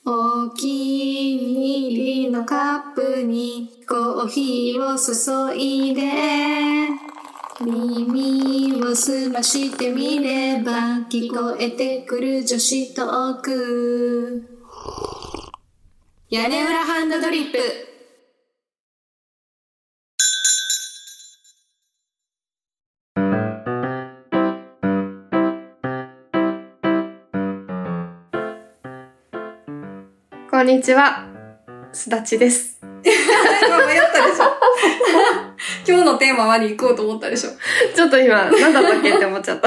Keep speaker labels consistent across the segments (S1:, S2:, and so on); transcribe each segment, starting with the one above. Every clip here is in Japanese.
S1: お気に入りのカップにコーヒーを注いで耳を澄ましてみれば聞こえてくる女子トーク。屋根裏ハンドドリップ。
S2: こんにちは、すだちです。
S1: 今迷ったでしょ今日のテーマまで行こうと思ったでしょ。
S2: ちょっと今、なんだったっけって思っちゃった。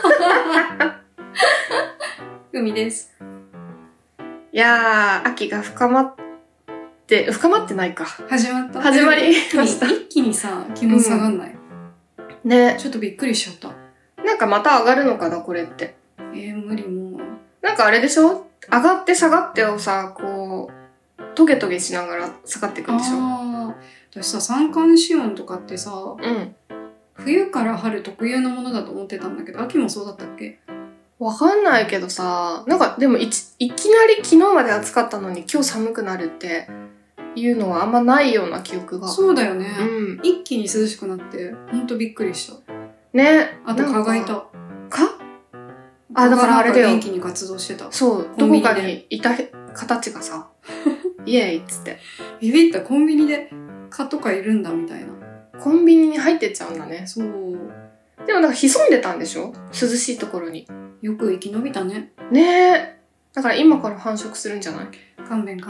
S1: 海です。
S2: いやー、秋が深まってないか。
S1: 始まった。
S2: 始まりました。
S1: 一気にさ、気温下がんない、
S2: ね。
S1: ちょっとびっくりしちゃった。
S2: なんかまた上がるのかな、これって。
S1: 無理もう。
S2: なんかあれでしょ？上がって下がってをさ、こう、トゲトゲしながら下がっていくんでしょ？
S1: 私さ、三寒四温とかってさ、
S2: うん。
S1: 冬から春特有のものだと思ってたんだけど、秋もそうだったっけ？
S2: わかんないけどさ、なんかでもいきなり昨日まで暑かったのに今日寒くなるっていうのはあんまないような記憶が。
S1: そうだよね。
S2: うん。
S1: 一気に涼しくなって、ほんとびっくりした。
S2: ね。
S1: あと蚊がいた。
S2: だからあれだよ。
S1: 元気に活動してた。
S2: そう、どこかにいた形がさ、イエーイっつって。
S1: ビビった、コンビニで蚊とかいるんだみたいな。
S2: コンビニに入ってっちゃうんだね。
S1: そう。
S2: でもなんか潜んでたんでしょ？涼しいところに。
S1: よく生き延びたね。
S2: ねえ。だから今から繁殖するんじゃない？
S1: 勘弁。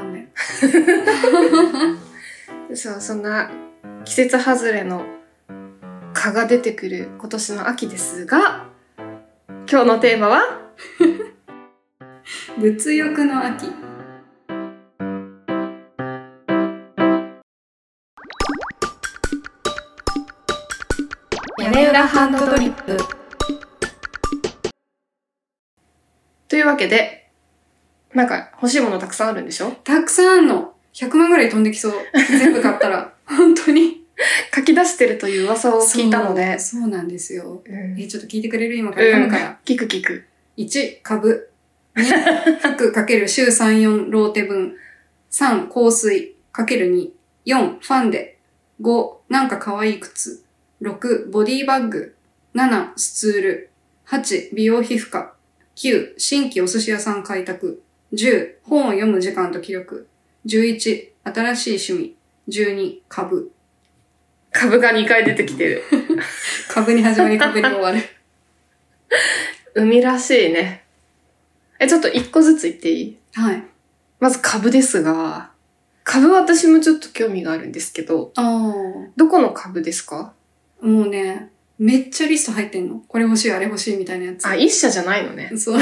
S2: そう、そんな季節外れの蚊が出てくる今年の秋ですが、今日のテーマは
S1: 物欲の秋。屋根裏ハンドドリップ。
S2: というわけで、なんか欲しいものたくさんあるんでしょ？
S1: たくさんあんの。100万ぐらい飛んできそう。全部買ったら。本当に。
S2: 書き出してるという噂を聞いたので。
S1: そうなんですよ。
S2: うん、
S1: ちょっと聞いてくれる？今から読むから。
S2: 聞く。
S1: 1、株。2、服×週3、4ローテ分。3、香水×2。4、ファンデ。5、なんか可愛い靴。6、ボディバッグ。7、スツール。8、美容皮膚科。9、新規お寿司屋さん開拓。10、本を読む時間と気力。11、新しい趣味。12、株。
S2: 株が2回出てきてる。
S1: 株に始まり株に終わる。
S2: 海らしいね。ちょっと1個ずつ言っていい？
S1: はい。
S2: まず株ですが、株私もちょっと興味があるんですけど、どこの株ですか？
S1: もうね、めっちゃリスト入ってんの。これ欲しい、あれ欲しいみたいなやつ。
S2: 一社じゃないのね。
S1: そう。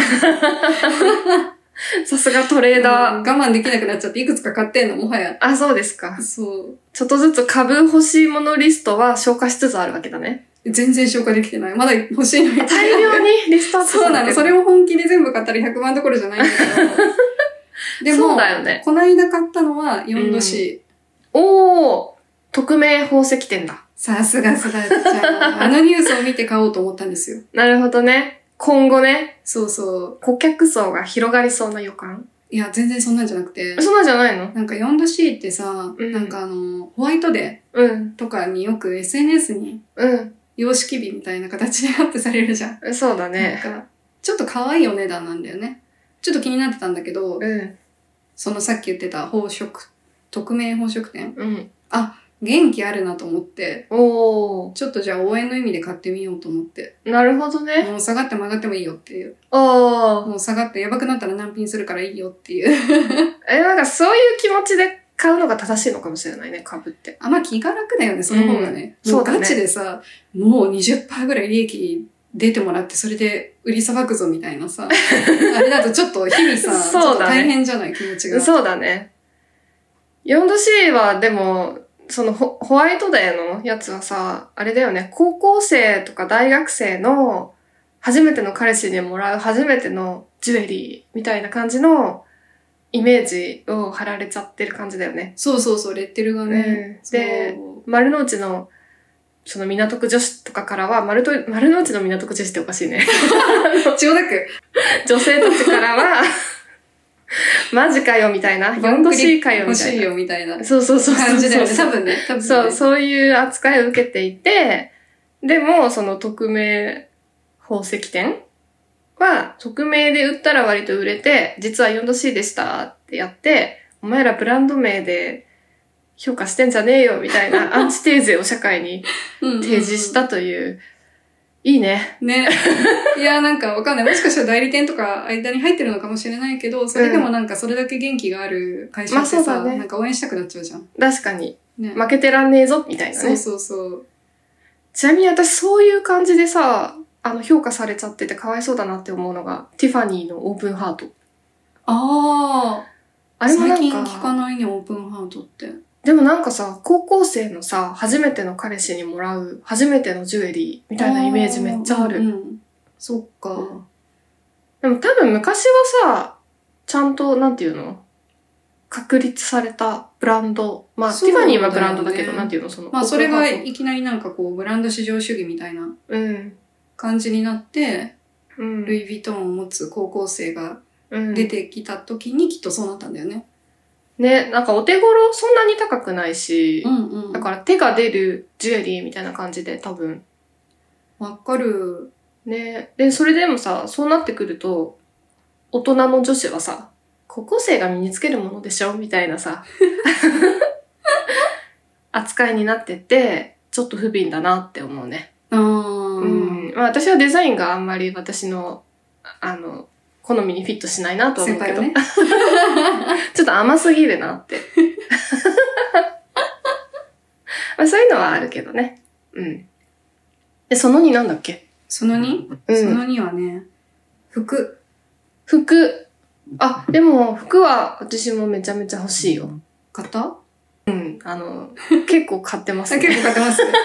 S2: さすがトレーダー。
S1: 我慢できなくなっちゃっていくつか買ってんの、もはや。
S2: そうですか。
S1: そう。
S2: ちょっとずつ株欲しいものリストは消化しつつあるわけだね。
S1: 全然消化できてない。まだ欲しいのに。
S2: 大量にリストアップ
S1: そうなの。それを本気で全部買ったら100万どころじゃないんだけど。でも、
S2: そうだよね。
S1: この間買ったのは4度 C。
S2: 匿名宝石店だ。
S1: さすがすだちゃん。あのニュースを見て買おうと思ったんですよ。
S2: なるほどね。今後ね。
S1: そうそう。
S2: 顧客層が広がりそうな予感？
S1: いや、全然そんなんじゃなくて。
S2: そんなんじゃないの？
S1: なんか 4°C ってさ、なんかホワイトデーとかによく SNS に、様式美みたいな形でアップされるじゃん。
S2: そうだね。
S1: なんか、ちょっと可愛いお値段なんだよね。ちょっと気になってたんだけど、そのさっき言ってた匿名宝飾店。元気あるなと思って、ちょっとじゃあ応援の意味で買ってみようと思って。
S2: なるほどね。
S1: もう下がって曲がってもいいよっていう。もう下がってやばくなったら難品するからいいよっていう。
S2: なんかそういう気持ちで買うのが正しいのかもしれないね、株って。
S1: まあ気が楽だよね、その方がね。そうだね。ガチでさ、もう 20% ぐらい利益出てもらってそれで売りさばくぞみたいなさ。あれだとちょっと日々さ、ちょっと大変じゃない気持ちが。
S2: そうだね。4°C はでも、そのホワイトデーのやつはさ、あれだよね、高校生とか大学生の初めての彼氏にもらう初めてのジュエリーみたいな感じのイメージを貼られちゃってる感じだよね。
S1: そう、レッテルがね。
S2: で、丸の内のその港区女子とかからは、丸の内の港区女子っておかしいね。
S1: 千代田区。
S2: 女性たちからは、 マジかよみたいな。4度 C かよみたいな。
S1: 欲しいよみたいな
S2: そうそうそう。
S1: 感じだよね。多分ね。
S2: そう、そういう扱いを受けていて、でも、その匿名宝石店は、匿名で売ったら割と売れて、実は 4°C でしたってやって、お前らブランド名で評価してんじゃねえよみたいなアンチテーゼを社会に提示したという、いいね。
S1: ね。いや、なんかわかんない。もしかしたら代理店とか間に入ってるのかもしれないけど、それでもなんかそれだけ元気がある会社ってさ、
S2: まあね、
S1: なんか応援したくなっちゃうじゃん。
S2: 確かに。
S1: ね、
S2: 負けてらんねえぞみたいなね。
S1: そう。
S2: ちなみに私そういう感じでさ、評価されちゃっててかわいそうだなって思うのが、ティファニーのオープンハート。
S1: あ
S2: れもなんか
S1: 最近聞かないね、オープンハートって。
S2: でもなんかさ、高校生のさ、初めての彼氏にもらう、初めてのジュエリーみたいなイメージめっちゃある。
S1: そっか。
S2: でも多分昔はさ、ちゃんと、なんていうの？確立されたブランド。まあ、ティファニーはブランドだけど、なんていうのその。
S1: まあ、それがいきなりなんかこう、ブランド至上主義みたいな感じになって、ルイ・ヴィトンを持つ高校生が出てきた時にきっとそうなったんだよね。
S2: ね、なんかお手頃そんなに高くないし、だから手が出るジュエリーみたいな感じで多分。
S1: わかる。
S2: ね、で、それでもさ、そうなってくると、大人の女子はさ、高校生が身につけるものでしょみたいなさ、扱いになってて、ちょっと不憫だなって思うね。まあ私はデザインがあんまり私の、好みにフィットしないなとは思うけど。ね、ちょっと甘すぎるなって。まあそういうのはあるけどね。で、その2なんだっけ？
S1: その 2？ その2はね、服。
S2: あ、でも服は私もめちゃめちゃ欲しいよ。
S1: 買った？
S2: 結構買ってますね。
S1: 結構買ってますね。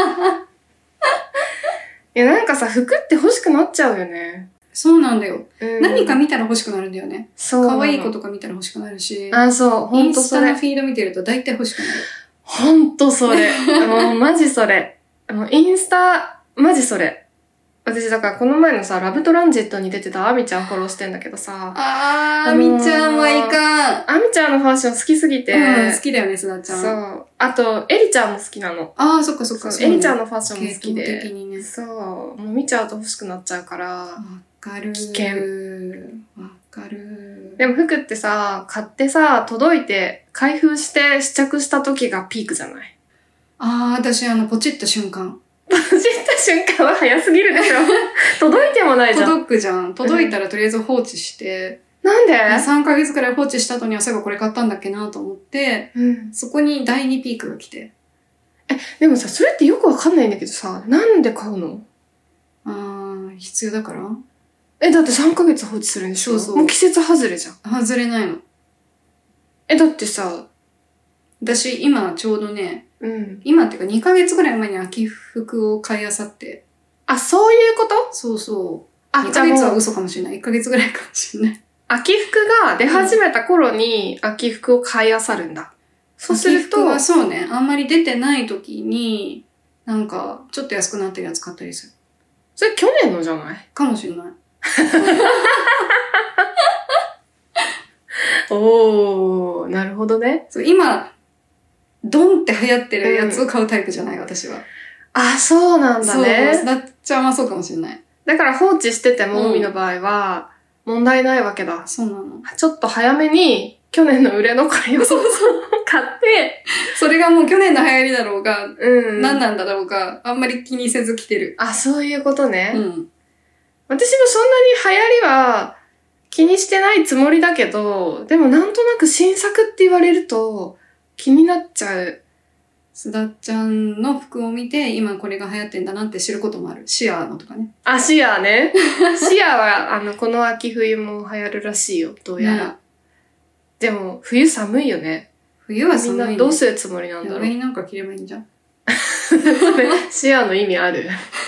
S2: いや、なんかさ、服って欲しくなっちゃうよね。
S1: そうなんだよ。何か見たら欲しくなるんだよね。
S2: そう。
S1: 可愛い子とか見たら欲しくなるし。
S2: そう。ほんとそれ。
S1: インスタのフィード見てると大体欲しくなる。
S2: ほんとそれ。もうマジそれ。インスタ、マジそれ。私だからこの前のさ、ラブトランジットに出てたアミちゃんフォローしてんだけどさ。
S1: アミちゃんはいかん。
S2: アミちゃんのファッション好きすぎて。
S1: 好きだよね、すだちゃん。
S2: そう。あと、エリちゃんも好きなの。
S1: そっか。
S2: エリちゃんのファッションも好きで。
S1: 系統的にね。
S2: そう。もう見ちゃうと欲しくなっちゃうから。
S1: わかる。
S2: 危険。
S1: わかる。
S2: でも服ってさ、買ってさ、届いて、開封して試着した時がピークじゃない？
S1: 私ポチった瞬間。
S2: ポチった瞬間は早すぎるでしょ。届いてもないじゃん。
S1: 届くじゃん。届いたらとりあえず放置して。
S2: なんで
S1: ?3 ヶ月くらい放置した後にはそういえばこれ買ったんだっけなと思って、そこに第2ピークが来て。
S2: でもさ、それってよくわかんないんだけどさ、なんで買うの？
S1: 必要だから？
S2: だって3ヶ月放置するんでしょ？そう。もう季節外れじゃん。
S1: 外れないの。
S2: だってさ、
S1: 私今ちょうどね、今っていうか2ヶ月ぐらい前に秋服を買い漁って。
S2: そういうこと？
S1: そうそう。2ヶ月は嘘かもしれない。1ヶ月ぐらいかもしれない。
S2: 秋服が出始めた頃に秋服を買い漁るんだ。そうすると。
S1: 秋服はそうね、あんまり出てない時に、なんか、ちょっと安くなってるやつ買ったりする。
S2: それ去年のじゃない？
S1: かもしれない。
S2: おー、なるほどね。
S1: そう今、ドンって流行ってるやつを買うタイプじゃない、私は。
S2: そうなんだね。
S1: そう、だっちゃんはそうかもしれない。
S2: だから放置してても、海の場合は、問題ないわけだ。
S1: そうなの。
S2: ちょっと早めに、去年の売れ残りを買って、
S1: それがもう去年の流行りだろうが、何なんだろうが、あんまり気にせず着てる。
S2: そういうことね。私もそんなに流行りは気にしてないつもりだけど、でもなんとなく新作って言われると気になっちゃう。
S1: すだちゃんの服を見て、今これが流行ってんだなって知ることもある。シアーのとかね。
S2: シアーね。シアーは、この秋冬も流行るらしいよ、どうやら。ね、でも、冬寒いよね。
S1: 冬は寒い、ね。
S2: みんなどうするつもりなんだろう。
S1: 上になんか着ればいいんじゃん。
S2: シアーの意味ある。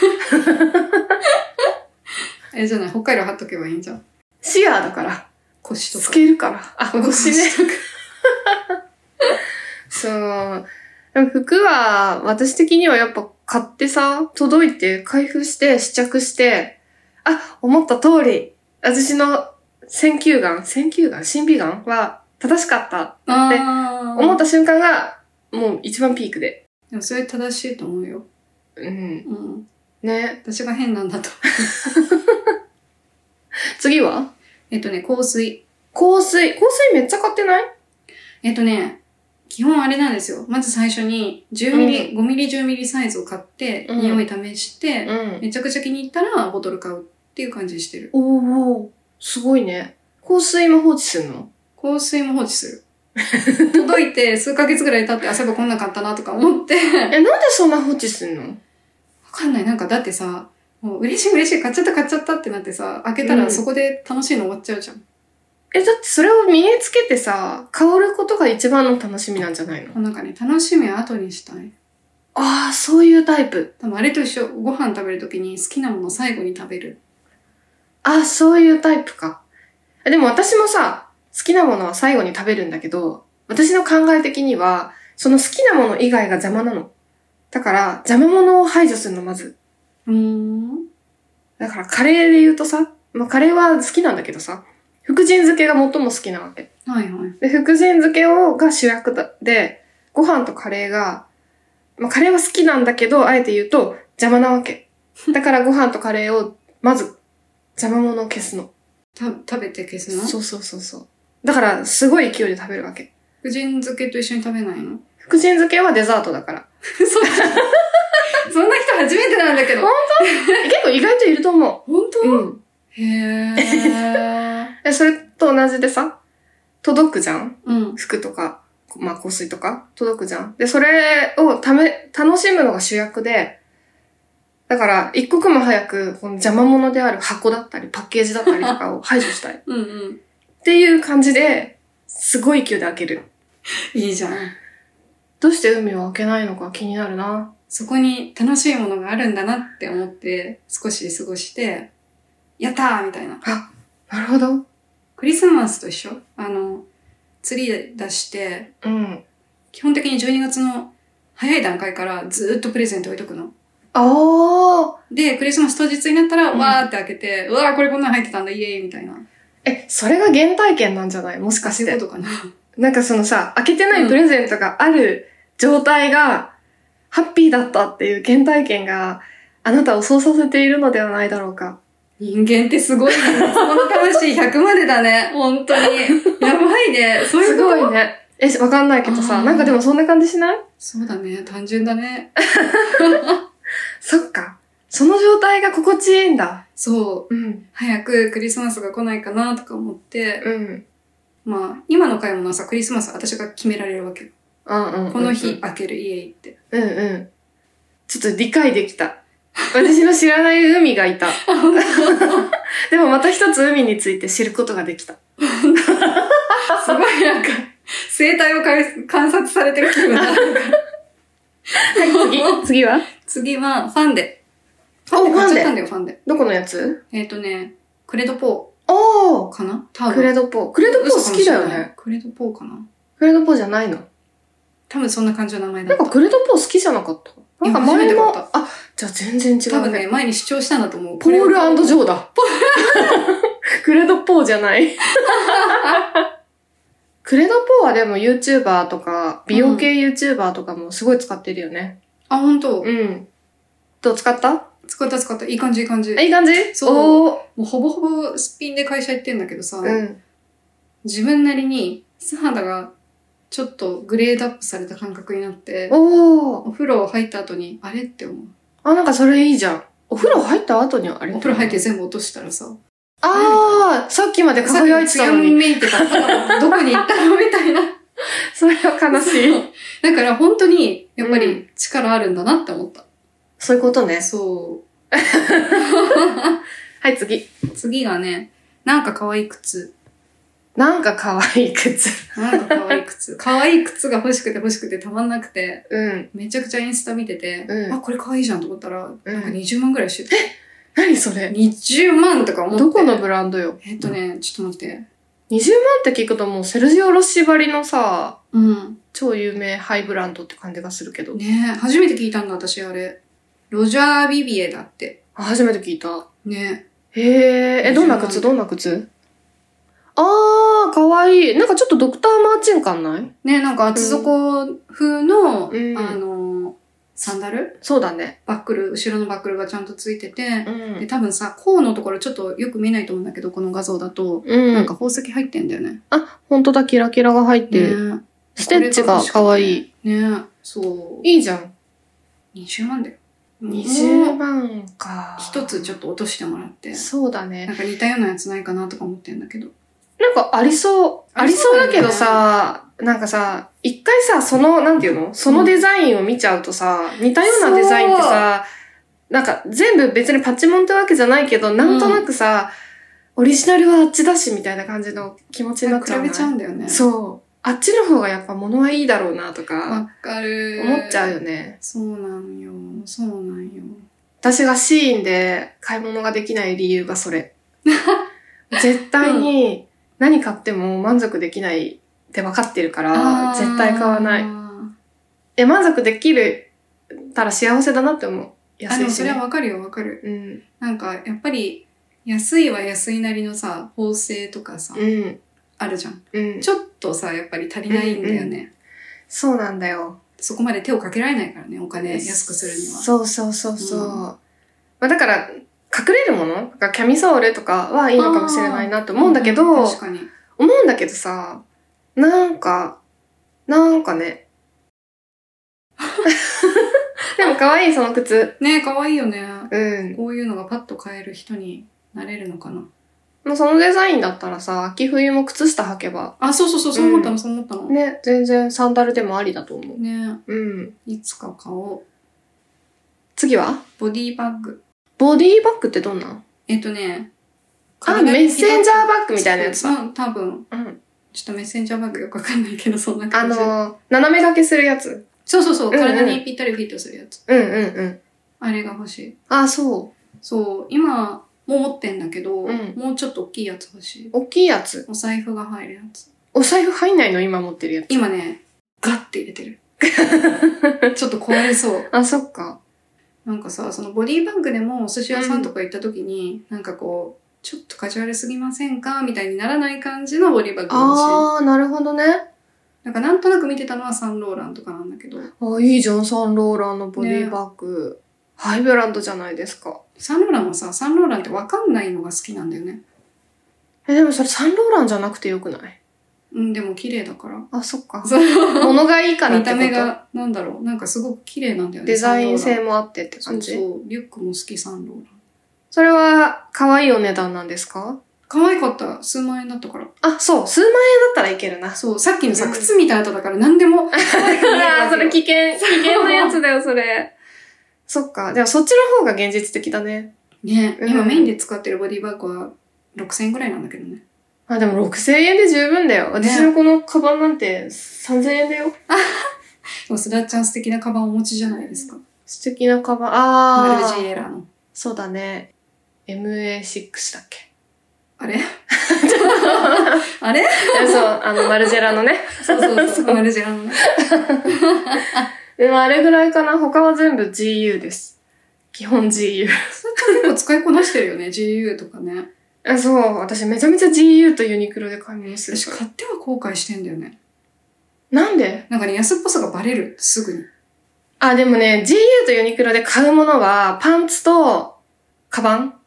S1: じゃない、北海道貼っとけばいいんじゃん。
S2: シアーだから。
S1: 腰とか。
S2: 透けるから。腰ね。そう。服は、私的にはやっぱ買ってさ、届いて、開封して、試着して、思った通り、私の選球眼審美眼は正しかったって
S1: あ
S2: 思った瞬間が、もう一番ピークで。
S1: でもそれ正しいと思うよ。
S2: うん。
S1: うん。
S2: ね。
S1: 私が変なんだと。
S2: 次は
S1: 香水。
S2: 香水めっちゃ買ってない？
S1: 基本あれなんですよ。まず最初に10ミリ、5ミリ、10ミリサイズを買って、匂い試して、めちゃくちゃ気に入ったらボトル買うっていう感じにしてる。
S2: おー、すごいね。香水も放置するの？
S1: 香水も放置する。届いて数ヶ月ぐらい経ってそういえばこんな買ったなとか思って。
S2: なんでそんな放置するの？
S1: わかんない。なんかだってさ、もう嬉しい買っちゃったってなってさ、開けたらそこで楽しいの終わっちゃうじゃん。
S2: だってそれを身につけてさ、香ることが一番の楽しみなんじゃないの？
S1: なんかね、楽しみは後にしたい。
S2: ああ、そういうタイプ。
S1: 多分あれと一緒。ご飯食べるときに好きなものを最後に食べる。
S2: ああ、そういうタイプか。でも私もさ、好きなものは最後に食べるんだけど、私の考え的には、その好きなもの以外が邪魔なの。だから、邪魔者を排除するの、まず。だからカレーで言うとさ、カレーは好きなんだけどさ、福神漬けが最も好きなわけ。
S1: はいはい。
S2: で、福神漬けが主役で、ご飯とカレーが、カレーは好きなんだけど、あえて言うと邪魔なわけ。だからご飯とカレーを、まず、邪魔者を消すの。
S1: 食べて消すの？
S2: そう。だから、すごい勢いで食べるわけ。
S1: 福神漬けと一緒に食べないの？
S2: 福神漬けはデザートだから。
S1: そんな人初めてなんだけど。
S2: 本当？結構意外といると思
S1: う。本当？
S2: うん。
S1: へー。
S2: それと同じでさ、届くじゃん？
S1: うん。
S2: 服とか、香水とか届くじゃん。で、それを楽しむのが主役で、だから、一刻も早く、この邪魔者である箱だったり、パッケージだったりとかを排除したい。
S1: うんうん。
S2: っていう感じで、すごい勢いで開ける。
S1: いいじゃん。
S2: どうして海を開けないのか気になるな。
S1: そこに楽しいものがあるんだなって思って、少し過ごして、やったーみたいな。
S2: あ、なるほど。
S1: クリスマスと一緒？ツリー出して、
S2: うん。
S1: 基本的に12月の早い段階からずーっとプレゼント置いとくの。
S2: あー。
S1: で、クリスマス当日になったら、わーって開けて、うわーこれこんなん入ってたんだ、イエーイみたいな。
S2: それが原体験なんじゃない？もしかして。
S1: そういうことかな。
S2: なんかそのさ、開けてないプレゼントがある状態が、ハッピーだったっていう原体験があなたをそうさせているのではないだろうか。
S1: 人間ってすごいね。その魂100までだね。本当に。やばいね。そういうこと？
S2: すごいね。わかんないけどさ、なんかでもそんな感じしない？
S1: そうだね。単純だね。
S2: そっか。その状態が心地いいんだ。
S1: そう。
S2: うん。
S1: 早くクリスマスが来ないかなとか思って、
S2: うん。
S1: 今の買い物はさ、クリスマス私が決められるわけよ。この日開ける家行って。
S2: うんうん。ちょっと理解できた。私の知らない海がいた。でもまた一つ海について知ることができた。
S1: すごいなんか、生態を観察されてる気分だ。はい、
S2: 次は
S1: 次は、ファンデ。ファンデ買っちゃったんだよ、ファンデ。
S2: どこのやつ？
S1: クレドポー。
S2: おー
S1: かな？多分。
S2: クレドポー。クレドポー好きだよね。
S1: クレドポーかな？
S2: クレドポーじゃないの？
S1: 多分そんな感じの名前だった。
S2: なんかクレドポー好きじゃなかった？なんか前も、じゃあ全然違うね。
S1: 多分ね、前に主張したんだと思う。
S2: ポール&ジョーだ。クレドポーじゃない。クレドポーはでも YouTuber とか、美容系 YouTuber とかもすごい使ってるよね。
S1: あ、ほんと？
S2: うん。どう使った？
S1: 使った。いい感じ、いい感じ。
S2: いい感じ？
S1: そう。もうほぼほぼすっぴんで会社行ってんだけどさ、自分なりに素肌がちょっとグレードアップされた感覚になって、お風呂入った後に、あれって思う。
S2: なんかそれいいじゃん。お風呂入った後にあれ？
S1: お風呂入って全部落としたらさ、
S2: さっきまで輝いてたのに。
S1: めいてたからどこに行ったのみたいな。
S2: それは悲しい。
S1: だから本当に、やっぱり力あるんだなって思った。
S2: そういうことね。
S1: そう。
S2: はい、次。
S1: 次がね、なんか可愛い靴。
S2: なんか可愛い靴。
S1: なんか可愛い靴。可愛い靴が欲しくてたまんなくて、めちゃくちゃインスタ見てて、これ可愛いじゃんと思ったら、なんか20万ぐらいしてて。
S2: 何それ？
S1: 20 万とか思って。
S2: どこのブランドよ？
S1: ちょっと待って。
S2: 20万って聞くともうセルジオ・ロッシバリのさ、超有名ハイブランドって感じがするけど。
S1: ねえ、初めて聞いたんだ、私あれ。ロジャー・ビビエだって。
S2: 初めて聞いた。
S1: ね
S2: へえ、どんな靴？ あー、かわいい。なんかちょっとドクターマーチン感ない？
S1: ね、なんか厚底風の、
S2: うん
S1: サンダル
S2: そうだね。
S1: バックル、後ろのバックルがちゃんとついてて、
S2: うん
S1: で、多分さ、甲のところちょっとよく見えないと思うんだけど、この画像だと、
S2: うん。
S1: なんか宝石入ってんだよね。
S2: あ、ほんとだ、キラキラが入ってる。
S1: ね
S2: ステッチがかわいい。
S1: ねそう。
S2: いいじゃん。
S1: 20万だよ。
S2: 20万か。
S1: 一つちょっと落としてもらって。
S2: そうだね。
S1: なんか似たようなやつないかなとか思ってんだけど。
S2: なんかありそう。ありそうだけどさ、なんかさ、一回さ、なんていうのそのデザインを見ちゃうとさ、似たようなデザインってさ、なんか全部別にパチモンってわけじゃないけど、なんとなくさ、オリジナルはあっちだしみたいな感じの気持ちになっちゃう、
S1: 比べちゃうんだよね。
S2: そう。あっちの方がやっぱ物はいいだろうなとか、
S1: わかる。
S2: 思っちゃうよね。
S1: そうなんよ。そうなんよ。
S2: 私がシーインで買い物ができない理由がそれ。絶対に何買っても満足できないって分かってるから、絶対買わない。満足できるたら幸せだなって思う。安いし、ね。
S1: でもそれはわかるよ、わかる。
S2: うん。
S1: なんか、やっぱり、安いは安いなりのさ、縫製とかさ、
S2: うん。
S1: あるじゃん。
S2: うん。
S1: ちょっとさ、やっぱり足りないんだよね。
S2: そうなんだよ。
S1: そこまで手をかけられないからね、お金安くするには。
S2: そうそうそうそう。まあだから、隠れるものキャミソールとかはいいのかもしれないなと思うんだけど、
S1: 確かに。
S2: 思うんだけどさ、なんかね。でも可愛いその靴。
S1: ねえ、可愛いよね。
S2: うん。
S1: こういうのがパッと買える人になれるのかな。
S2: もうそのデザインだったらさ、秋冬も靴下履けば。
S1: あ、そうそうそう、そう思ったの、そう思ったの。
S2: ね、全然サンダルでもありだと思う。
S1: ね
S2: うん。
S1: いつか買おう。
S2: 次は
S1: ボディバッグ。
S2: ボディバッグってどんなん？
S1: メッ
S2: センジャーバッグみたいなやつだ。
S1: 多分。
S2: うん。
S1: ちょっとメッセンジャーバッグよくわかんないけど、そんな感じ。
S2: 斜め掛けするやつ。
S1: そうそうそう、
S2: うんうん
S1: 体にぴったりフィットするやつ。
S2: うんうんうん。
S1: あれが欲しい。
S2: あ、そ
S1: そう、今も持ってんだけど、
S2: うん
S1: もうちょっと大きいやつ欲しい。
S2: う。大きいやつ。
S1: お財布が入るやつ。
S2: お財布入んないの今持ってるやつ。
S1: 今ね、ガッて入れてる。ちょっと怖いそう。
S2: あ、そっか。
S1: なんかさ、そのボディバッグでもお寿司屋さんとか行った時に、なんかこう、ちょっとカジュアルすぎませんかみたいにならない感じのボディバッグが欲しい。
S2: あー、なるほどね。
S1: なんかなんとなく見てたのはサンローランとかなんだけど。
S2: あ、いいじゃん、サンローランのボディバッグ。ハイブランドじゃないですか。
S1: サンローランはさ、サンローランってわかんないのが好きなんだよね。
S2: でもそれサンローランじゃなくてよくない？
S1: うん、でも綺麗だから。
S2: あ、そっか。
S1: そう
S2: 物がいいからっ
S1: 見
S2: てこと？
S1: た目が、なんだろう、なんかすごく綺麗なんだよね。
S2: デザイン性
S1: も
S2: もあってって感じ？
S1: そうそう、リュックも好き、サンローラン。
S2: それは可愛いお値段なんですか？
S1: 可愛かった。数万円だったから。
S2: あ、そう。数万円だったらいけるな。
S1: そう、さっきのさ、靴見た後だから何でも可愛くなるわけよ。
S2: それ危険なやつだよ、それ。そっか。でもそっちの方が現実的だね。
S1: ね、
S2: うん
S1: 今メインで使ってるボディバッグは6000円ぐらいなんだけどね。
S2: あ、でも6000円で十分だよ。私のこのカバンなんて3000円だよ。
S1: でもすだっちゃん素敵なカバンをお持ちじゃないですか。
S2: 素敵なカバン。あ
S1: マル
S2: ー。
S1: ジエラーの。
S2: そうだね。MA6 だっけ？
S1: あれあれ
S2: そう、マルジェラのね。
S1: そうそうそう、マルジエラーのね。
S2: でもあれぐらいかな。他は全部 GU です。基本 GU。
S1: 結構使いこなしてるよね、GU とかね。
S2: そう、私めちゃめちゃ GU とユニクロで買い物する
S1: 私
S2: から。
S1: 買っては後悔してんだよね。
S2: なんで？
S1: なんかね、安っぽさがバレる、すぐに。
S2: あ、でもね、GU とユニクロで買うものは、パンツと、カバン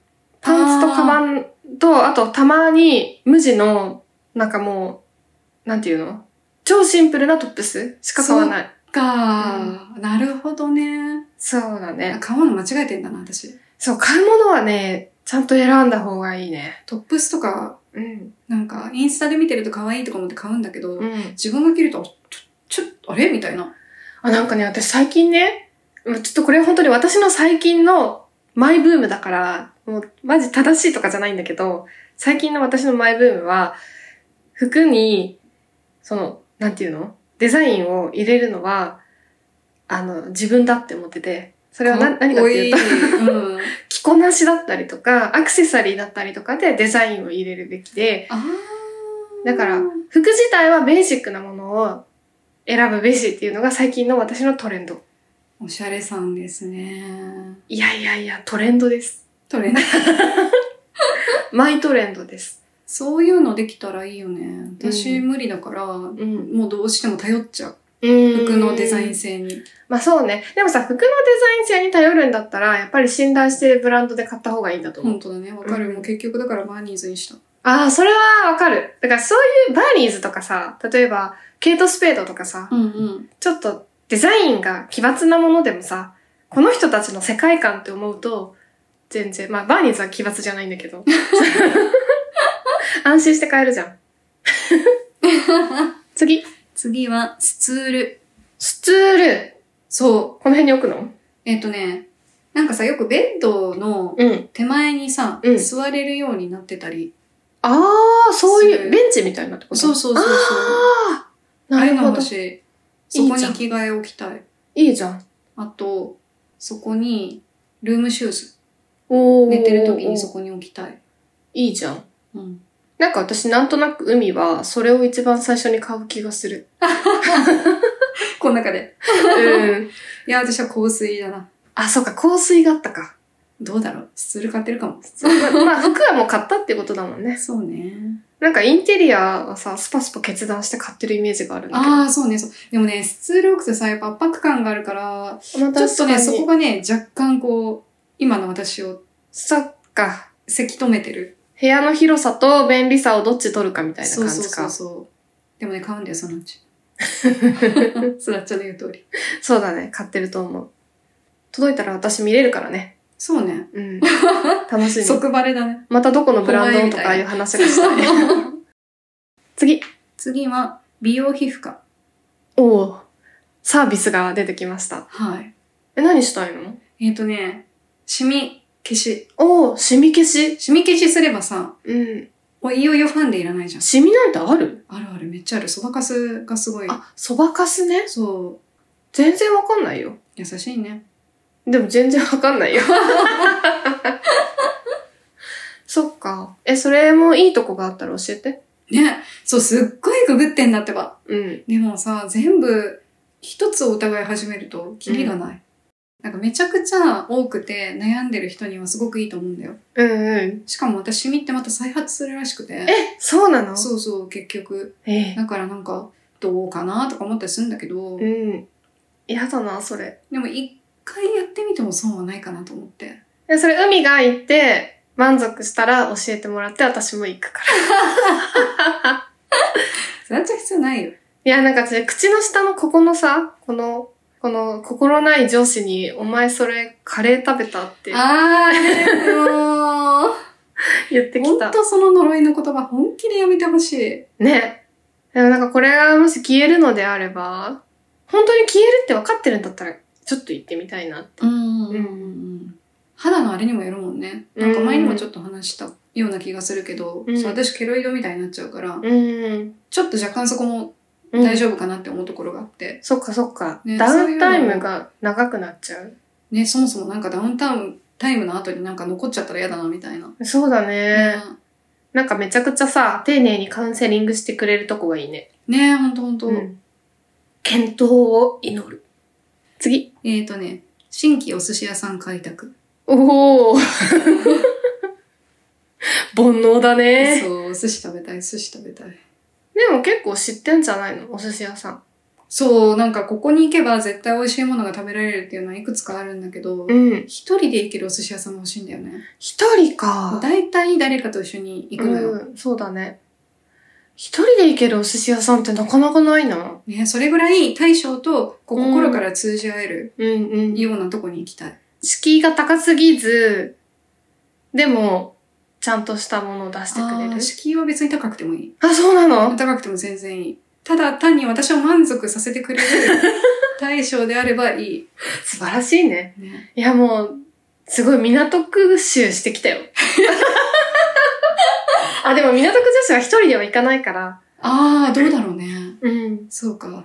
S2: と、あとたまに無地の、なんかもう、なんていうの？超シンプルなトップスしか買わない。
S1: なるほどね。
S2: そうだね。
S1: 買うの間違えてんだな、私。
S2: そう、買うものはね、ちゃんと選んだ方がいいね。
S1: トップスとか、
S2: うん。
S1: なんか、インスタで見てると可愛いとか思って買うんだけど、
S2: うん。
S1: 自分が着ると、ちょっと、あれみたいな。
S2: あ、なんかね、私最近ね、ちょっとこれ本当に私の最近のマイブームだから、もうマジ正しいとかじゃないんだけど、最近の私のマイブームは、服に、なんていうの？デザインを入れるのは、自分だって思ってて、それは何かっていうと、
S1: うん、
S2: 着こなしだったりとか、アクセサリーだったりとかでデザインを入れるべきで、だから、服自体はベーシックなものを選ぶべしっていうのが最近の私のトレンド。
S1: おしゃれさんですね。
S2: いやいやいや、トレンドです。
S1: トレンド。
S2: マイトレンドです。
S1: そういうのできたらいいよね。私無理だから、
S2: うん。
S1: もうどうしても頼っちゃう。
S2: 服
S1: 服のデザイン性に。
S2: まあそうね。でもさ、服のデザイン性に頼るんだったら、やっぱり信頼してるブランドで買った方がいいんだと思う。
S1: 本当だね。わかる。
S2: うん
S1: もう結局だからバーニーズにした。
S2: ああ、それはわかる。だからそういうバーニーズとかさ、例えば、ケイト・スペードとかさ、
S1: うんうん。
S2: ちょっとデザインが奇抜なものでもさ、この人たちの世界観って思うと、全然、まあバーニーズは奇抜じゃないんだけど。安心して買えるじゃん。次
S1: は、スツール。
S2: スツール。
S1: そ
S2: この辺に置くの？
S1: う。なんかさ、よくベッドの
S2: うん。
S1: 手前にさ、
S2: うん
S1: 座れるようになってたり。
S2: ああ、そうい、
S1: そういうう
S2: ベンチみたいなってこと？
S1: そうそうそうそう。
S2: ああ、な
S1: ああいうの
S2: るほど。
S1: 欲しい。そこに着替え置きたい。
S2: いいじゃん。
S1: あと、そこに、ルームシューズ。
S2: おー
S1: 寝てる時にそこに置きたい。
S2: いいじゃん。
S1: うん。
S2: なんか私なんとなく海はそれを一番最初に買う気がする。
S1: この中で。
S2: うん。
S1: いや、私は香水だな。
S2: あ、そうか、香水があったか。
S1: どうだろう。スツール買ってるかも。
S2: まあ服はもう買ったってことだもんね。
S1: そうね。
S2: なんかインテリアはさ、スパスパ決断して買ってるイメージがあるんだけど。
S1: ああ、そうね、そう。でもね、スツール置くとさ、やっぱ圧迫感があるから、
S2: まあ、
S1: ちょっとね、そこ
S2: が。
S1: がね、若干こう、今の私を
S2: そっか。
S1: せき止めてる。
S2: 部屋の広さと便利さをどっち取るかみたいな感じか。
S1: そうそうそうそう。でもね、買うんだよ、そのうち。スラッチャの言う通り。
S2: そうだね、買ってると思う。届いたら私見れるからね。
S1: そうね。
S2: うん。楽しみ。
S1: 即バレだね。
S2: またどこのブランドとかいう話がしたい。次。
S1: 次は、美容皮膚科。
S2: おお。サービスが出てきました。
S1: はい。
S2: 何したいの？
S1: シミ消し。
S2: おお、シミ消し。
S1: シミ消しすればさ、
S2: うん。
S1: もういよいよファンデいらないじゃん。
S2: シミなんてある？
S1: あるある、めっちゃある。そばかすがすごい。
S2: あ、そばかすね。
S1: そ
S2: 全然わかんないよ。
S1: う。優しいね。
S2: でも全然わかんないよ。そっか。それもいいとこがあったら教えて。
S1: ね。そう、すっごいググってんだってば。
S2: うん。
S1: でもさ、全部、一つお互い始めると、キリがない。なんかめちゃくちゃ多くて悩んでる人にはすごくいいと思うんだよ。
S2: うんうん。
S1: しかも私、シミってまた再発するらしくて。
S2: そうなの？
S1: そうそう、結局。
S2: え
S1: だからなんか、どうかなとか思ったりするんだけど、
S2: うん。嫌だな、それ。
S1: でも一回やってみても損はないかなと思って。
S2: それ海が行って満足したら教えてもらって私も行くから。
S1: それは必要ないよ。
S2: いや、なんか私、口の下のここのさ、この心ない上司に、お前それカレー食べたって
S1: あー、もう、
S2: 言ってきた。
S1: ほんとその呪いの言葉本気でやめてほしい。
S2: ね。でもなんかこれがもし消えるのであれば、本当に消えるって分かってるんだったら、ちょっと行ってみたいなって。
S1: 肌のあれにもよるもんね。なんか前にもちょっと話したような気がするけど、
S2: うん
S1: そう私ケロイドみたいになっちゃうから、
S2: うん。
S1: ちょっと若干そこも
S2: うん
S1: 大丈夫かなって思うところがあって。
S2: そっかそっか。
S1: ね
S2: ダウンタイムが長くなっちゃう。
S1: ね、そもそもなんかダウンタイムの後になんか残っちゃったら嫌だなみたいな。
S2: そうだね。なんかめちゃくちゃさ、丁寧にカウンセリングしてくれるとこがいいね。
S1: ねほんとほんと。
S2: 健闘を祈る。次。
S1: 新規お寿司屋さん開拓。
S2: おー。煩悩だね。
S1: そう、お寿司食べたい、寿司食べたい。
S2: でも結構知ってんじゃないの？お寿司屋さん。
S1: そう、なんかここに行けば絶対美味しいものが食べられるっていうのはいくつかあるんだけど、
S2: うん。
S1: 一人で行けるお寿司屋さんが欲しいんだよね。
S2: 一人か。
S1: だいたい誰かと一緒に行くのよ。
S2: うん、そうだね。一人で行けるお寿司屋さんってなかなかないな。
S1: ね、それぐらい大将とこう心から通じ合える
S2: うんうん。
S1: ようなとこに行きたい。
S2: 敷居が高すぎず、でも、ちゃんとしたものを出してくれる。
S1: 敷居は別に高くてもいい。
S2: あ、そうなの？
S1: 高くても全然いい。ただ単に私を満足させてくれる大将であればいい。
S2: 素晴らしいね。
S1: ね、
S2: いやもう、すごい港区集してきたよ。あ、でも港区女子は一人では行かないから。
S1: ああ、どうだろうね。
S2: うん。
S1: そうか。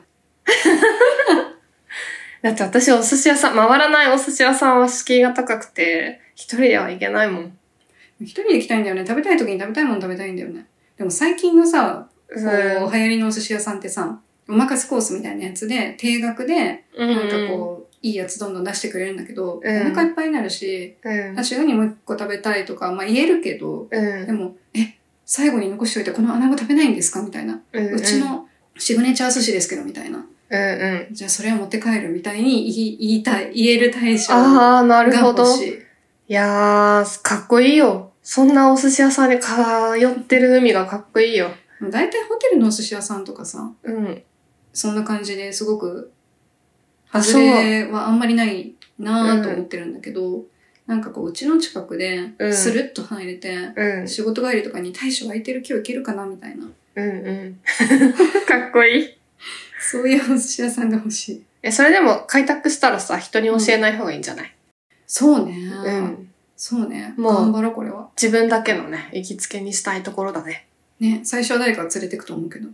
S2: だって私お寿司屋さん、回らないお寿司屋さんは敷居が高くて、一人では行けないもん。
S1: 一人で行きたいんだよね。食べたい時に食べたいもの食べたいんだよね。でも最近のさ、こう、流行りのお寿司屋さんってさ、おまかせコースみたいなやつで、定額で、なんかこう、いいやつどんどん出してくれるんだけど、お腹いっぱいになるし、週にもう一個食べたいとか、まあ言えるけど、でも、 最後に残しておいてこの穴子食べないんですかみたいな。
S2: うんうん、
S1: うちのシグネチャー寿司ですけどみたいな。
S2: うんうん。
S1: じゃあそれは持って帰るみたいに言える対象が
S2: ああ、なるほど。
S1: 欲しい。
S2: いやー、かっこいいよ。そんなお寿司屋さんに通ってる海がかっこいいよ。
S1: だいたいホテルのお寿司屋さんとかさ、
S2: うん。
S1: そんな感じですごく、外れはあんまりないなぁと思ってるんだけど、なんかこう、うちの近くで、スルッと入れて、仕事帰りとかに大将空いてる今日行けるかなみたいな。
S2: うんうん。かっこいい。
S1: そういうお寿司屋さんが欲しい。
S2: それでも開拓したらさ、人に教えない方がいいんじゃない？
S1: そうね。
S2: うん。
S1: そうね。
S2: もう
S1: 頑張ろう、これは。
S2: 自分だけのね、行きつけにしたいところだね。
S1: ね、最初は誰か連れてくと思うけど。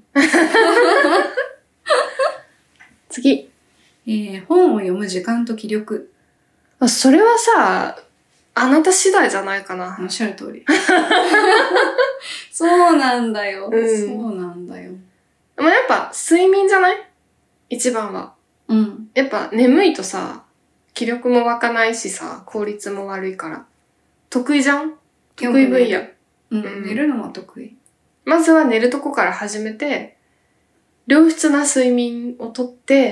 S2: 次。
S1: 本を読む時間と気力。
S2: それはさ、あなた次第じゃないかな。
S1: おっしゃる通り。そうなんだよ。
S2: うん、
S1: そうなんだよ。
S2: でもやっぱ睡眠じゃない？一番は。
S1: うん。
S2: やっぱ眠いとさ、気力も湧かないしさ、効率も悪いから。得意じゃん？得意分野。
S1: うん、寝るのは得意。
S2: まずは寝るとこから始めて、良質な睡眠をとって、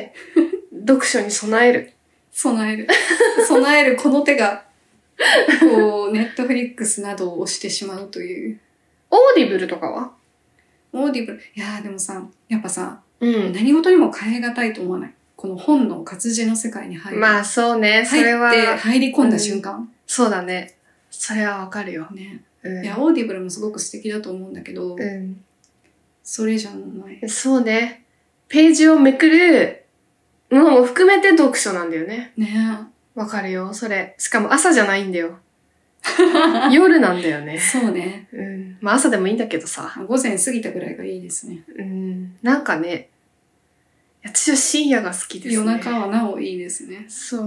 S2: 読書に備える。
S1: 備えるこの手が、こう、ネットフリックスなどを押してしまうという。
S2: オーディブルとかは？
S1: オーディブル。いやーでもさ、やっぱさ、
S2: うん、
S1: 何事にも変え難いと思わない。この本の活字の世界に入る。
S2: まあそうね、それは。
S1: 入り込んだ瞬間。
S2: そうだね。それはわかるよ。
S1: ね。いや、オーディブルもすごく素敵だと思うんだけど、それじゃない。
S2: そうね。ページをめくるのも含めて読書なんだよね。
S1: ね。
S2: わかるよ、それ。しかも朝じゃないんだよ。夜なんだよね。
S1: そうね。
S2: まあ朝でもいいんだけどさ。
S1: 午前過ぎたぐらいがいいですね。
S2: なんかね、私は深夜が好きですね。
S1: 夜中はなおいいですね。
S2: そう。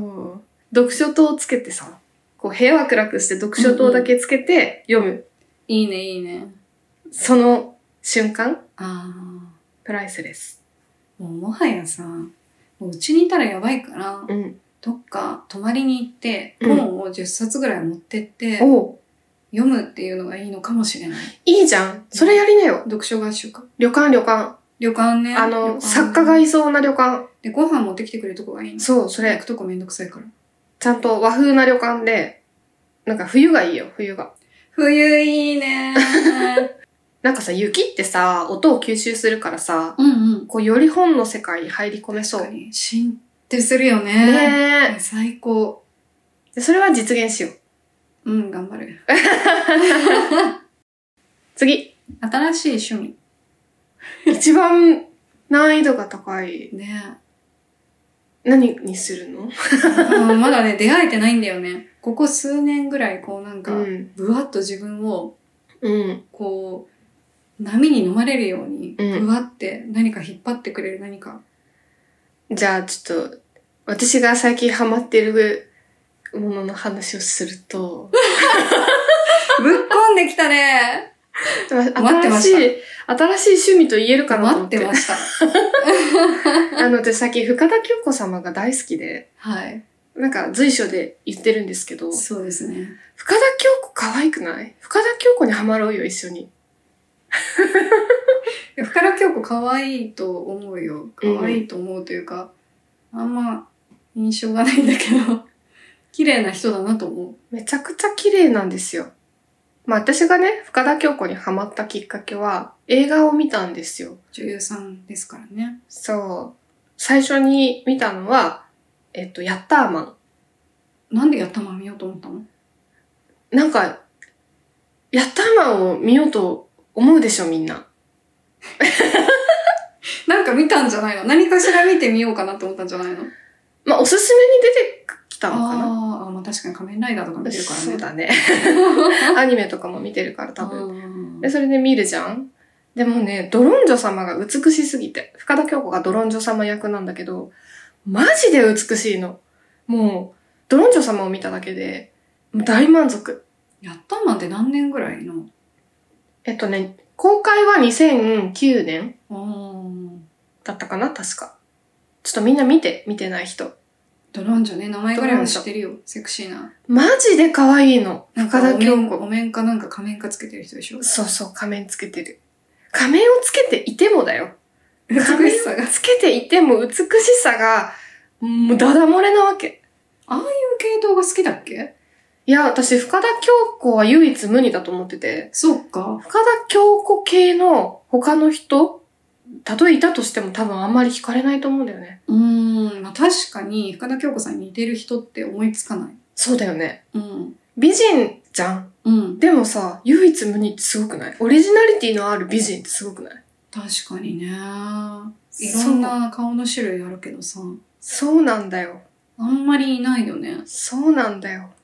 S2: 読書灯をつけてさ、こう部屋は暗くして読書灯だけつけて読む。
S1: いいね、いいね。
S2: その瞬間？プライスレス。
S1: もはやさ、うちにいたらやばいから、どっか泊まりに行って、本を10冊ぐらい持ってって、読むっていうのがいいのかもしれない。
S2: いいじゃん。それやりなよ。
S1: 読書合宿。
S2: 旅館ね。作家がいそうな旅館。
S1: で、ご飯持ってきてくれるとこがいいの。
S2: そう、それ。
S1: 行くとこめんどくさいから。
S2: ちゃんと和風な旅館で、なんか冬がいいよ、冬が。
S1: 冬いいね
S2: なんかさ、雪ってさ、音を吸収するからさ、こうより本の世界に入り込めそう。
S1: 確かに。進ってするよね。
S2: ねえ。
S1: 最高。
S2: それは実現しよう。
S1: 頑張る。
S2: 次。
S1: 新しい趣味。
S2: 一番難易度が高い。
S1: ね。
S2: 何にするの？
S1: まだね、出会えてないんだよね。ここ数年ぐらい、こうなんか、ぶわっと自分を、こう、波に飲まれるように、ぶわって何か引っ張ってくれる何か。
S2: じゃあちょっと、私が最近ハマってるものの話をすると。
S1: ぶっこんできたね。
S2: 待ってました。新しい趣味と言えるかなと思って。
S1: 待ってました。
S2: 私さっき深田恭子様が大好きで。
S1: はい。
S2: なんか随所で言ってるんですけど。
S1: そうですね。
S2: 深田恭子可愛くない？深田恭子にハマろうよ、一緒に。
S1: 深田恭子可愛いと思うよ。可愛いと思うというか、あんま印象がないんだけど、綺麗な人だなと思う。
S2: めちゃくちゃ綺麗なんですよ。まあ私がね、深田恭子にハマったきっかけは、映画を見たんですよ。
S1: 女優さんですからね。
S2: そう。最初に見たのは、ヤッターマン。
S1: なんでヤッターマン見ようと思ったの？
S2: なんか、ヤッターマンを見ようと思うでしょ、みんな。
S1: なんか見たんじゃないの？何かしら見てみようかなって思ったんじゃないの？
S2: まあ、おすすめに出てきたのかな。
S1: まあ確かに仮面ライダーとか見てるからね。
S2: そうだね。アニメとかも見てるから多分。で、それで見るじゃん。でもね、ドロンジョ様が美しすぎて、深田恭子がドロンジョ様役なんだけど、マジで美しいの。もう、ドロンジョ様を見ただけで、大満足。
S1: ヤッターマンって何年ぐらいの？
S2: 公開は2009年
S1: だ
S2: ったかな確か。ちょっとみんな見てない人。
S1: ドランジャね、名前ぐらいは知ってるよ。セクシーな。
S2: マジで可愛いの。
S1: なんか
S2: 深田恭子。
S1: お面かなんか仮面かつけてる人でしょ。
S2: そうそう、仮面つけてる。仮面をつけていてもだよ。
S1: 美しさが。
S2: 仮面をつけていても美しさが、もうダダ漏れなわけ。
S1: ああいう系統が好きだっけ？
S2: いや、私、深田恭子は唯一無二だと思ってて、
S1: そうか。
S2: 深田恭子系の他の人、たとえいたとしても多分あんまり惹かれないと思うんだよね。
S1: まあ、確かに深田恭子さんに似てる人って思いつかない。
S2: そうだよね。
S1: うん。
S2: 美人じゃん。
S1: うん。
S2: でもさ、唯一無二ってすごくない？オリジナリティのある美人ってすごくない？
S1: 確かにね。いろんな顔の種類あるけどさ。
S2: そうなんだよ。
S1: あんまりいないよね。
S2: そうなんだよ。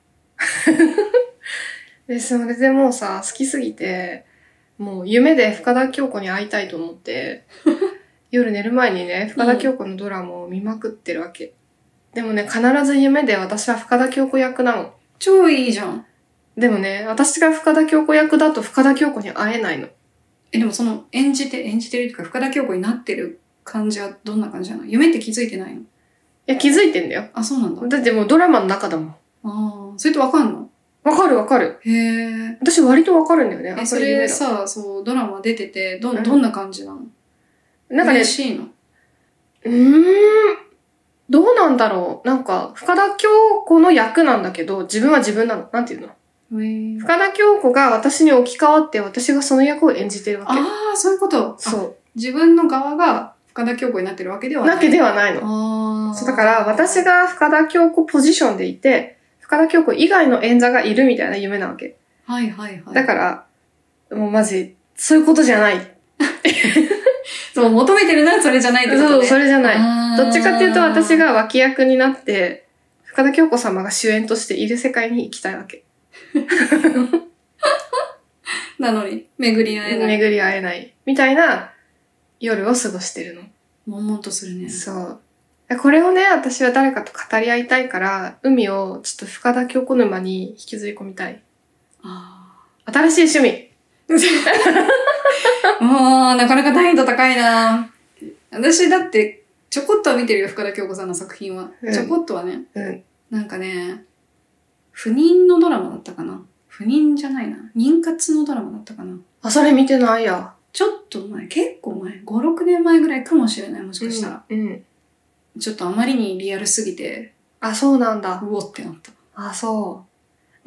S2: で、それでもうさ、好きすぎて、もう夢で深田恭子に会いたいと思って、夜寝る前にね、深田恭子のドラマを見まくってるわけ。でもね、必ず夢で私は深田恭子役なの。
S1: 超いいじゃん。
S2: でもね、私が深田恭子役だと深田恭子に会えないの。
S1: でもその演じてるっていうか深田恭子になってる感じはどんな感じなの？夢って気づいてないの？
S2: いや、気づいてんだよ。
S1: あ、そうなんだ。
S2: だってもうドラマの中だもん。
S1: ああ、それってわかんの？
S2: わかるわかる。
S1: へえ。
S2: 私割とわかるんだよね。
S1: それさ、そう、ドラマ出てて、どんな感じなの？
S2: なんかね、
S1: 嬉しいの？
S2: どうなんだろう。なんか、深田恭子の役なんだけど、自分は自分なの。なんていうの？深田恭子が私に置き換わって、私がその役を演じてるわけ。
S1: ああ、そういうこと。
S2: そう。
S1: 自分の側が深田恭子になってるわけではない。
S2: わけではないの。そう、だから、私が深田恭子ポジションでいて、深田恭子以外の演者がいるみたいな夢なわけ。
S1: はいはいはい。
S2: だから、もうマジ、そういうことじゃない。
S1: そう、求めてるのはそれじゃないってことね。
S2: そう、それじゃない。どっちかっていうと私が脇役になって、深田恭子様が主演としている世界に行きたいわけ。
S1: なのに、巡り会えない。
S2: 巡り会えない。みたいな夜を過ごしてるの。
S1: 悶々とするね。
S2: そう。これをね、私は誰かと語り合いたいから、海をちょっと深田恭子沼に引きずり込みたい。新しい趣味。
S1: もう、なかなか難易度高いな。私だって、ちょこっとは見てるよ、深田恭子さんの作品は。ちょこっとはね。なんかね、不妊のドラマだったかな。不妊じゃないな。妊活のドラマだったかな。
S2: あ、それ見てないや。
S1: ちょっと前、結構前、5、6年前ぐらいかもしれない、もしかしたら。ちょっとあまりにリアルすぎて。
S2: あ、そうなんだ。
S1: うおってなった。
S2: あ、そう。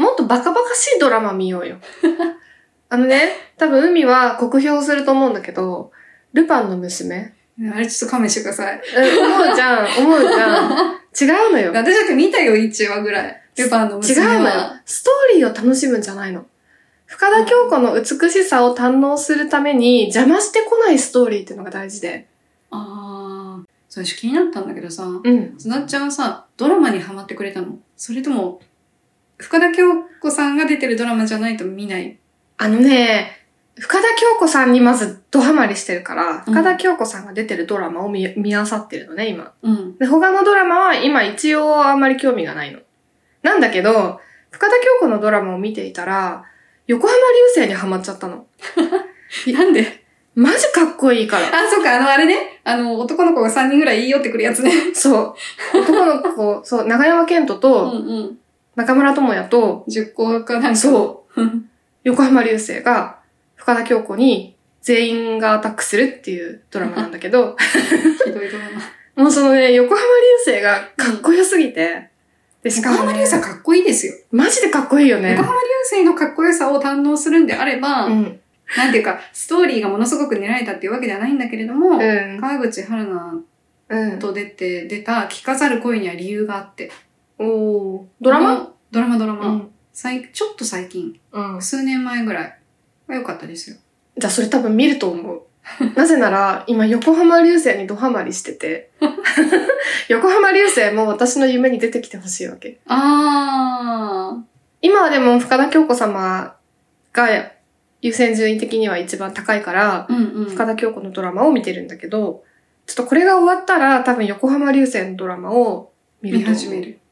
S2: もっとバカバカしいドラマ見ようよ。多分海は酷評すると思うんだけど、ルパンの娘。
S1: あれちょっと勘弁してください。
S2: 思うじゃん。違うのよ。
S1: 私だって見たよ、1話ぐらい。ルパンの娘は。
S2: 違うのよ。ストーリーを楽しむんじゃないの。深田恭子の美しさを堪能するために邪魔してこないストーリーっていうのが大事で。
S1: それ気になったんだけどさ、すなっちゃんはさ、ドラマにハマってくれたの？それとも、深田恭子さんが出てるドラマじゃないと見ない？
S2: 深田恭子さんにまずドハマりしてるから、深田恭子さんが出てるドラマを見漁ってるのね、今。で、他のドラマは今一応あんまり興味がないの。なんだけど、深田恭子のドラマを見ていたら、横浜流星にハマっちゃったの。
S1: なんで？
S2: マジかっこいいから。
S1: そっか、あれね。男の子が3人ぐらい言い寄ってくるやつね。
S2: そう。男の子、そう、長山健人と、中村智也と、
S1: 10個かなんか。
S2: そう。横浜流星が、深田恭子に全員がアタックするっていうドラマなんだけど。
S1: ひどいドラマ。
S2: もうそのね、横浜流星がかっこよすぎて。
S1: で、しかも、横浜流星かっこいいですよ。
S2: マジでかっこいいよね。
S1: 横浜流星のかっこよさを堪能するんであれば、なんていうか、ストーリーがものすごく練られたっていうわけではないんだけれども、川口春奈と出た着飾る恋には理由があって。
S2: ドラマ。
S1: ちょっと最近、数年前ぐらいが良かったですよ。
S2: じゃあそれ多分見ると思う。なぜなら、今横浜流星にドハマりしてて、横浜流星も私の夢に出てきてほしいわけ。今はでも深田恭子様が優先順位的には一番高いから、深田恭子のドラマを見てるんだけど、ちょっとこれが終わったら多分横浜流星のドラマを見
S1: 始める。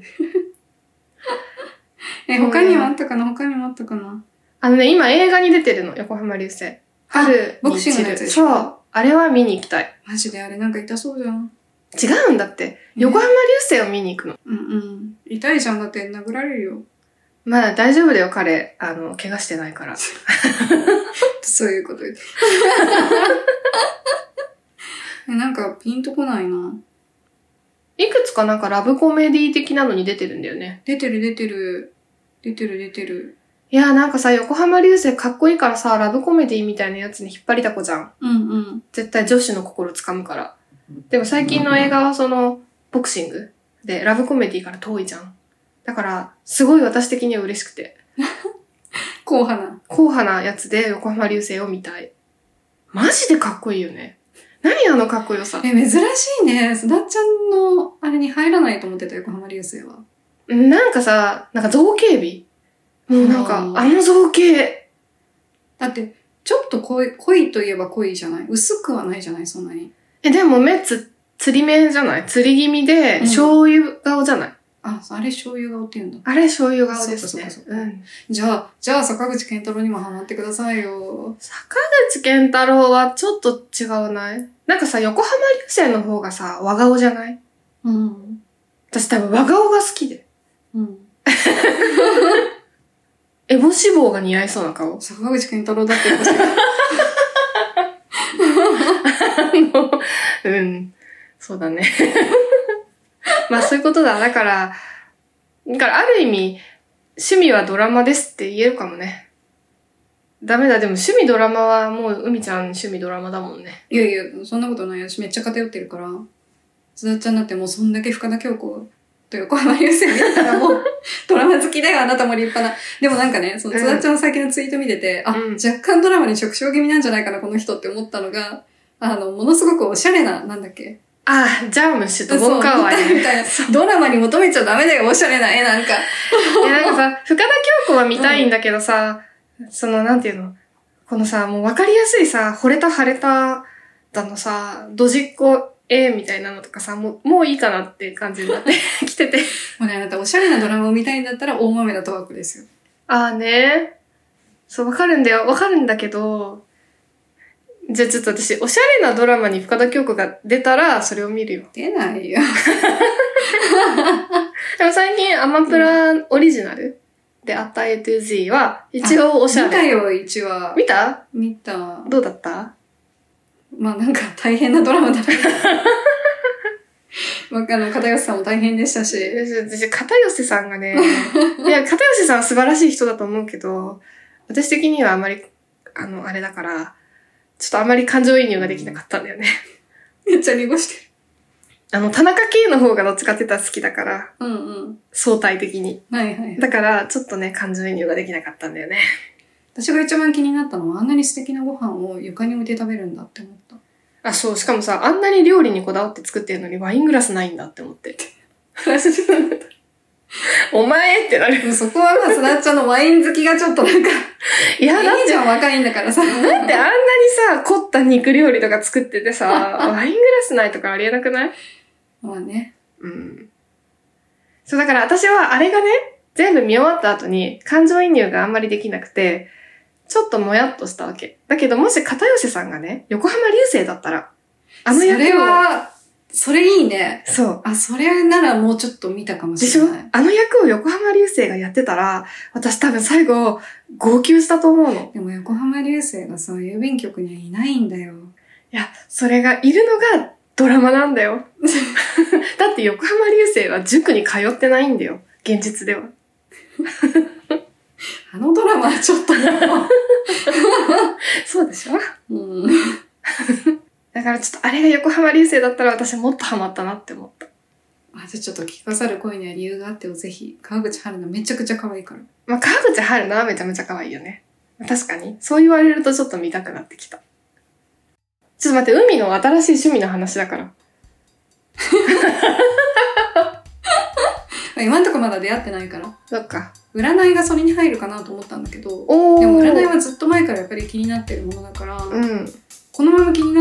S1: 他にもあったかな？
S2: 今映画に出てるの、横浜流星。
S1: ボクシングのやつでしょ？
S2: そう。あれは見に行きたい。
S1: マジであれなんか痛そうじゃん。
S2: 違うんだって。横浜流星を見に行くの。
S1: うんうん。痛いじゃん。だって殴られるよ。
S2: まあ大丈夫だよ、彼。怪我してないから。
S1: そういうこと言って。なんかピンとこないな。
S2: いくつかなんかラブコメディ的なのに出てるんだよね。
S1: 出てる。
S2: いや、なんかさ、横浜流星かっこいいからさ、ラブコメディみたいなやつに引っ張りだこじゃん。
S1: うんうん。
S2: 絶対女子の心つかむから。でも最近の映画はボクシングで、ラブコメディから遠いじゃん。だから、すごい私的には嬉しくて。
S1: 硬
S2: 派なやつで横浜流星を見たい。マジでかっこいいよね。何あのかっこよさ。
S1: 珍しいね。すだっちゃんのあれに入らないと思ってた、横浜流星は。
S2: なんかさ、なんか造形美もうなんか、造形。
S1: だって、ちょっと濃いといえば濃いじゃない？薄くはないじゃない、そんなに。
S2: でも目釣り目じゃない？釣り気味で、醤油顔じゃない？
S1: あれ醤油顔って言うんだ。
S2: あれ醤油顔ですね。
S1: そうか。じゃあ、坂口健太郎にもハマってくださいよ。
S2: 坂口健太郎はちょっと違うないなんかさ、横浜流星の方がさ、和顔じゃない？
S1: うん。
S2: 私多分和顔が好きで。
S1: うん。
S2: エボ脂肪が似合いそうな顔。
S1: 坂口健太郎だってエボ脂肪。
S2: そうだね。まあそういうことだ。だからある意味、趣味はドラマですって言えるかもね。ダメだ、でも趣味ドラマはもう海ちゃん趣味ドラマだもんね。
S1: いや、そんなことないよ。私めっちゃ偏ってるから。津田ちゃんだってもうそんだけ深田恭子と横浜流星見たらもうドラマ好きだよ、あなたも立派な。でもなんかね、津田ちゃんの最近のツイート見てて、若干ドラマに直唱気味なんじゃないかな、この人って思ったのが、ものすごくおしゃれな、なんだっけ。
S2: ジャームッシュとボンカーワイ
S1: みたいな。ドラマに求めちゃダメだよ、おしゃれな絵なんか。
S2: なんかさ、深田恭子は見たいんだけどさ、なんていうの？このさ、もうわかりやすいさ、惚れた晴れただのさ、ドジっ子みたいなのとかさ、もういいかなって感じになってきてて。
S1: もうね、あなたおしゃれなドラマを見たいんだったら大豆田とわ子ですよ。
S2: ね。そう、わかるんだよ。わかるんだけど、じゃあちょっと私、おしゃれなドラマに深田恭子が出たら、それを見るよ。
S1: 出ないよ。
S2: でも最近、アマプラオリジナルであった A to Z は、一応おしゃれ。
S1: 見たよ、1話。
S2: 見た。どうだった？
S1: まあなんか大変なドラマだった。片寄さんも大変でしたし。
S2: 私、片寄さんがね、いや、片寄さんは素晴らしい人だと思うけど、私的にはあまり、あれだから、ちょっとあまり感情移入ができなかったんだよね。
S1: めっちゃ濁してる。
S2: 田中圭の方がどっちかって言ったら好きだから。相対的に。
S1: はいはい。
S2: だから、ちょっとね、感情移入ができなかったんだよね。
S1: 私が一番気になったのは、あんなに素敵なご飯を床に置いて食べるんだって思った。
S2: そう、しかもさ、あんなに料理にこだわって作ってるのにワイングラスないんだって思って。お前ってなる。
S1: そこはまあ、すなっちゃんのワイン好きがちょっとなんか、いや、だって若いんだからさ。
S2: だってあんなにさ、凝った肉料理とか作っててさ、ワイングラスないとかありえなくない？
S1: まあね。
S2: そう、だから私はあれがね、全部見終わった後に感情移入があんまりできなくて、ちょっともやっとしたわけ。だけどもし片寄さんがね、横浜流星だったら、
S1: それいいね。
S2: そう。
S1: それならもうちょっと見たかもしれない。
S2: でしょ？あの役を横浜流星がやってたら、私多分最後、号泣したと思うの。
S1: でも横浜流星がさ、郵便局にはいないんだよ。
S2: いや、それがいるのがドラマなんだよ。だって横浜流星は塾に通ってないんだよ。現実では。
S1: あのドラマはちょっと
S2: そうでしょ？だからちょっとあれが横浜流星だったら私もっとハマったなって思った。
S1: じゃあちょっと聞かざる声には理由があってをぜひ、川口春奈めちゃくちゃ可愛いから。
S2: 川口春奈はめちゃめちゃ可愛いよね。確かに。そう言われるとちょっと見たくなってきた。ちょっと待って、海の新しい趣味の話だから。
S1: 今んとこまだ出会ってないから。
S2: そっか。
S1: 占いがそれに入るかなと思ったんだけど、でも占いはずっと前からやっぱり気になってるものだから、このまま気になって、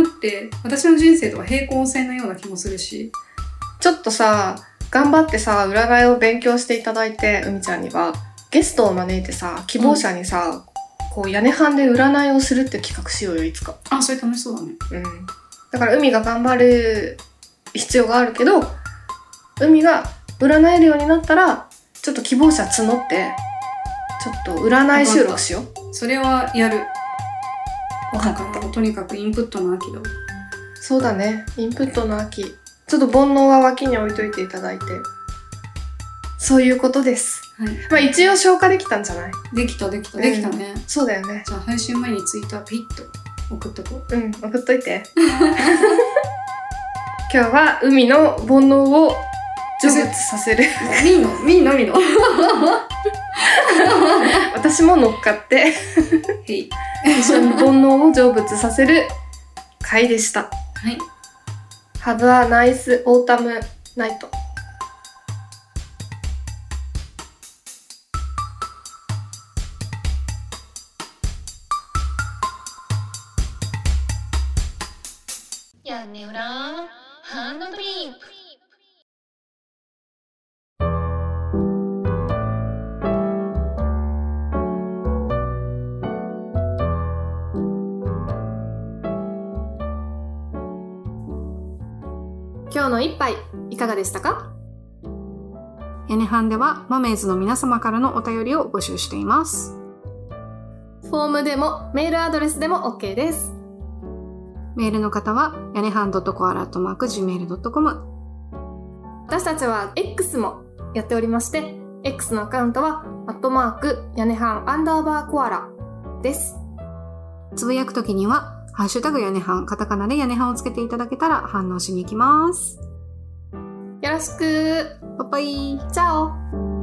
S1: 私の人生とは平行線のような気もするし。
S2: ちょっとさ、頑張ってさ、占いを勉強していただいて、海ちゃんには、ゲストを招いてさ、希望者にさ、こう屋根班で占いをするって企画しようよ、いつか。
S1: それ楽しそうだね。
S2: だから海が頑張る必要があるけど、海が占えるようになったら、ちょっと希望者募って、ちょっと占い収録しよう。
S1: それはやる。
S2: わかった。
S1: とにかくインプットの秋だ。
S2: そうだね。インプットの秋。ちょっと煩悩は脇に置いといていただいて。そういうことです。
S1: はい。
S2: まあ一応消化できたんじゃない？
S1: できたね。
S2: そうだよね。
S1: じゃあ配信前にツイッターピッと送っとこう。
S2: 送っといて。今日は海の煩悩を成仏させる。
S1: みーのみの。
S2: 私も乗っかって、一緒に煩悩を成仏させる回でした。
S1: はい。
S2: Have a nice autumn night.
S3: 屋根裏ハンドドリンク。
S2: 今日の一杯いかがでしたか？
S1: 屋根班ではマメーズの皆様からのお便りを募集しています。
S2: フォームでもメールアドレスでも OK です。
S1: メールの方は屋根班.coala@gmail.com。
S2: 私たちは X もやっておりまして、X のアカウントは屋根班_コアラです。
S1: つぶやくときにはハッシュタグ屋根班、カタカナで屋根班をつけていただけたら反応しに行きます。
S2: よろしく。
S1: バイバイ。
S2: チャオ。